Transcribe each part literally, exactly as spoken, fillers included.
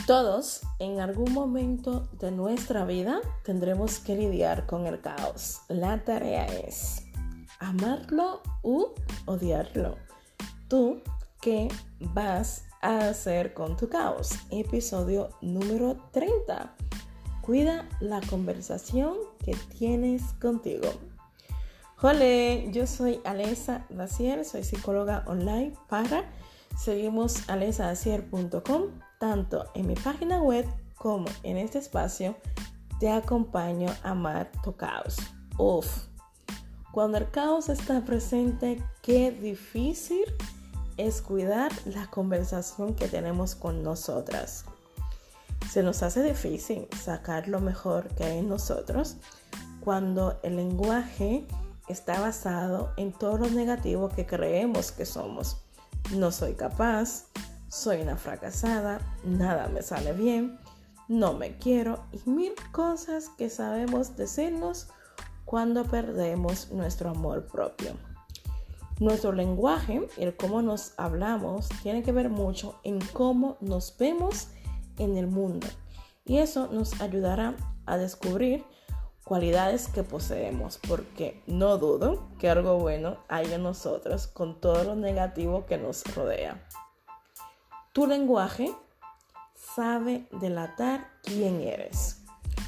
Todos, en algún momento de nuestra vida, tendremos que lidiar con el caos. La tarea es amarlo u odiarlo. ¿Tú qué vas a hacer con tu caos? Episodio número treinta. Cuida la conversación que tienes contigo. Hola, yo soy Alesa Dacier, soy psicóloga online para seguimos alesa dacier punto com. Tanto en mi página web como en este espacio te acompaño a amar tu caos. Uf, cuando el caos está presente, qué difícil es cuidar la conversación que tenemos con nosotras. Se nos hace difícil sacar lo mejor que hay en nosotros cuando el lenguaje está basado en todo lo negativo que creemos que somos. No soy capaz, soy una fracasada, nada me sale bien, no me quiero y mil cosas que sabemos decirnos cuando perdemos nuestro amor propio. Nuestro lenguaje y el cómo nos hablamos tiene que ver mucho en cómo nos vemos en el mundo y eso nos ayudará a descubrir cualidades que poseemos, porque no dudo que algo bueno hay en nosotros con todo lo negativo que nos rodea. Tu lenguaje sabe delatar quién eres.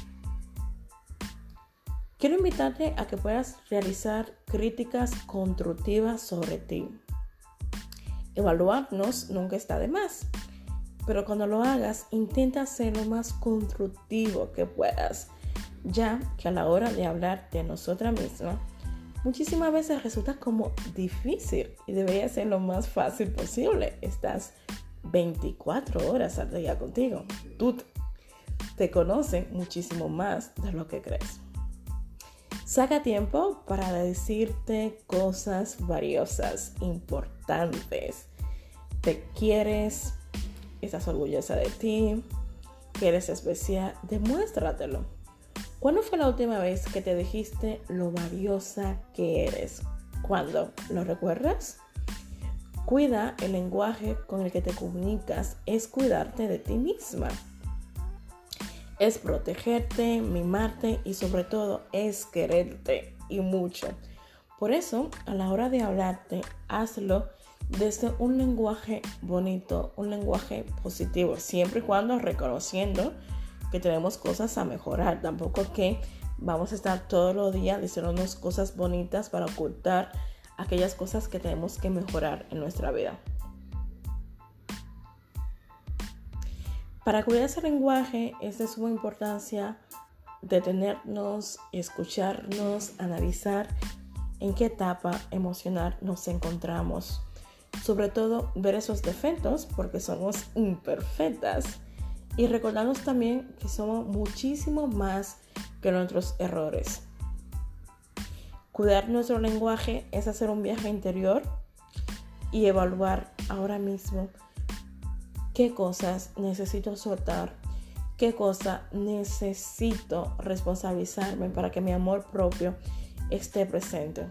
Quiero invitarte a que puedas realizar críticas constructivas sobre ti. Evaluarnos nunca está de más, pero cuando lo hagas, intenta ser lo más constructivo que puedas, ya que a la hora de hablar de nosotras mismas, muchísimas veces resulta como difícil y debería ser lo más fácil posible. Estás veinticuatro horas al día contigo. Tú te conoces muchísimo más de lo que crees. Saca tiempo para decirte cosas valiosas, importantes. Te quieres, estás orgullosa de ti, que eres especial, demuéstratelo. ¿Cuándo fue la última vez que te dijiste lo valiosa que eres? ¿Cuándo? ¿Lo recuerdas? Cuida el lenguaje con el que te comunicas, es cuidarte de ti misma. Es protegerte, mimarte y sobre todo es quererte y mucho. Por eso, a la hora de hablarte, hazlo desde un lenguaje bonito, un lenguaje positivo, siempre y cuando reconociendo que tenemos cosas a mejorar. Tampoco que vamos a estar todos los días diciéndonos cosas bonitas para ocultar aquellas cosas que tenemos que mejorar en nuestra vida. Para cuidar ese lenguaje es de suma importancia detenernos, escucharnos, analizar en qué etapa emocional nos encontramos. Sobre todo ver esos defectos porque somos imperfectas y recordarnos también que somos muchísimo más que nuestros errores. Cuidar nuestro lenguaje es hacer un viaje interior y evaluar ahora mismo qué cosas necesito soltar, qué cosas necesito responsabilizarme para que mi amor propio esté presente.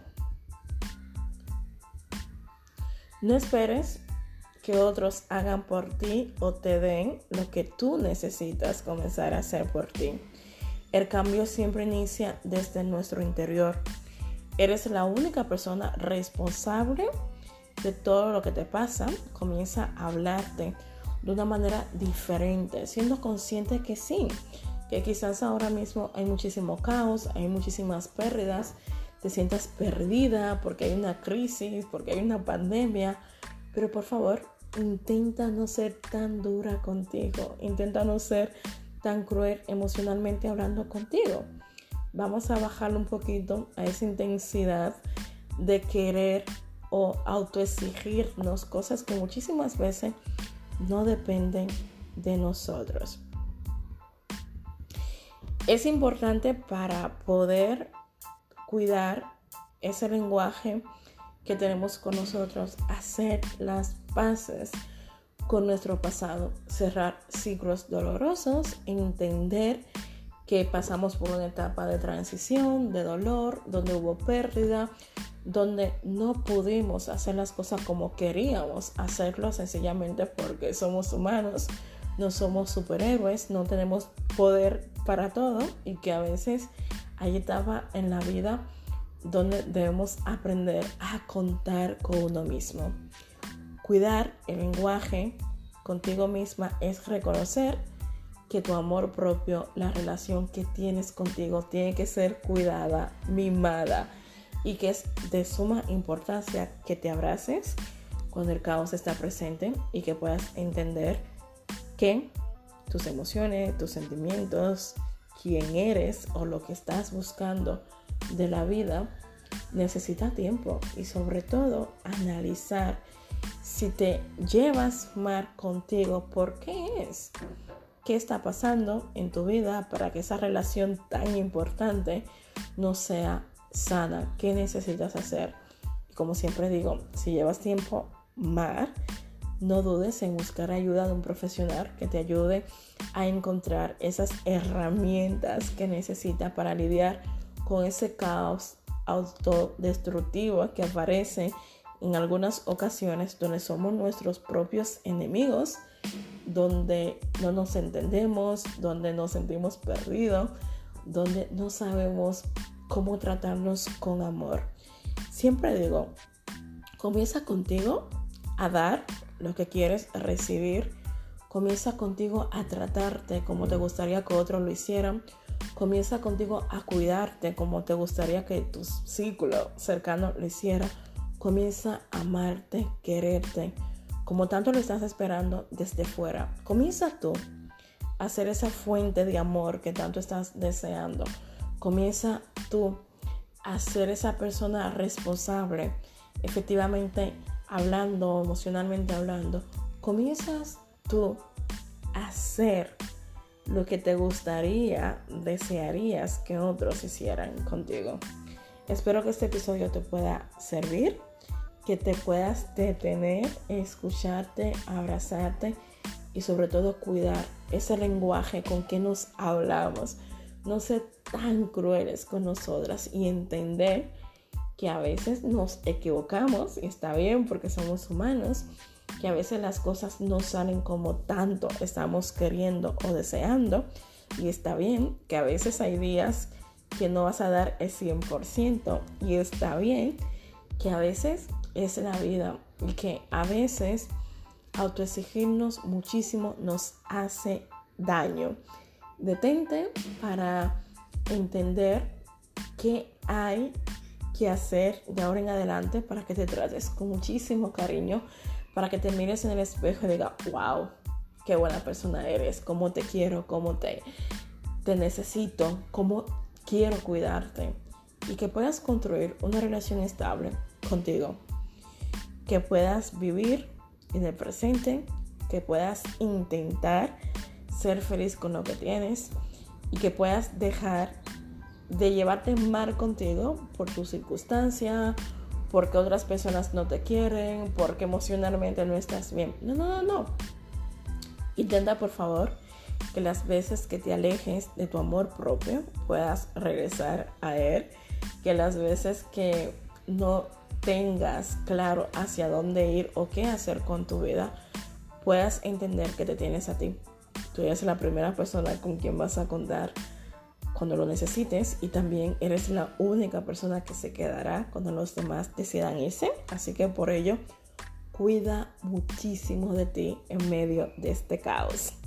No esperes que otros hagan por ti o te den lo que tú necesitas comenzar a hacer por ti. El cambio siempre inicia desde nuestro interior. Eres la única persona responsable de todo lo que te pasa. Comienza a hablarte de una manera diferente, siendo consciente que sí, que quizás ahora mismo hay muchísimo caos, hay muchísimas pérdidas, te sientas perdida porque hay una crisis, porque hay una pandemia, pero por favor, intenta no ser tan dura contigo, intenta no ser tan cruel emocionalmente hablando contigo. Vamos a bajarle un poquito a esa intensidad de querer o autoexigirnos cosas que muchísimas veces no dependen de nosotros. Es importante para poder cuidar ese lenguaje que tenemos con nosotros, hacer las paces con nuestro pasado, cerrar ciclos dolorosos, entender que pasamos por una etapa de transición, de dolor, donde hubo pérdida, donde no pudimos hacer las cosas como queríamos hacerlo, sencillamente porque somos humanos, no somos superhéroes, no tenemos poder para todo y que a veces hay etapas en la vida donde debemos aprender a contar con uno mismo. Cuidar el lenguaje contigo misma es reconocer que tu amor propio, la relación que tienes contigo tiene que ser cuidada, mimada y que es de suma importancia que te abraces cuando el caos está presente y que puedas entender que tus emociones, tus sentimientos, quién eres o lo que estás buscando de la vida necesita tiempo y sobre todo analizar si te llevas mal contigo, ¿por qué es? ¿Qué está pasando en tu vida para que esa relación tan importante no sea sana? ¿Qué necesitas hacer? Y como siempre digo, si llevas tiempo mal, no dudes en buscar ayuda de un profesional que te ayude a encontrar esas herramientas que necesitas para lidiar con ese caos autodestructivo que aparece en algunas ocasiones donde somos nuestros propios enemigos, donde no nos entendemos, donde nos sentimos perdidos, donde no sabemos cómo tratarnos con amor. Siempre digo, comienza contigo a dar lo que quieres recibir. Comienza contigo a tratarte como te gustaría que otros lo hicieran. Comienza contigo a cuidarte como te gustaría que tu círculo cercano lo hiciera. Comienza a amarte, quererte, como tanto lo estás esperando desde fuera. Comienza tú a ser esa fuente de amor que tanto estás deseando. Comienza tú a ser esa persona responsable, efectivamente hablando, emocionalmente hablando. Comienzas tú a hacer lo que te gustaría, desearías que otros hicieran contigo. Espero que este episodio te pueda servir, que te puedas detener, escucharte, abrazarte y sobre todo cuidar ese lenguaje con que nos hablamos. No ser tan crueles con nosotras y entender que a veces nos equivocamos y está bien porque somos humanos, que a veces las cosas no salen como tanto estamos queriendo o deseando y está bien que a veces hay días que no vas a dar el cien por ciento y está bien que a veces es la vida y que a veces autoexigirnos muchísimo nos hace daño. Detente para entender qué hay que hacer de ahora en adelante para que te trates con muchísimo cariño, para que te mires en el espejo y digas, wow, qué buena persona eres, cómo te quiero, cómo te, te necesito, cómo quiero cuidarte y que puedas construir una relación estable contigo, que puedas vivir en el presente, que puedas intentar ser feliz con lo que tienes y que puedas dejar de llevarte mal contigo por tu circunstancia, porque otras personas no te quieren, porque emocionalmente no estás bien. No, no, no, no. Intenta, por favor, que las veces que te alejes de tu amor propio puedas regresar a él, que las veces que no tengas claro hacia dónde ir o qué hacer con tu vida, puedas entender que te tienes a ti. Tú eres la primera persona con quien vas a contar cuando lo necesites y también eres la única persona que se quedará cuando los demás decidan irse. Así que por ello, cuida muchísimo de ti en medio de este caos.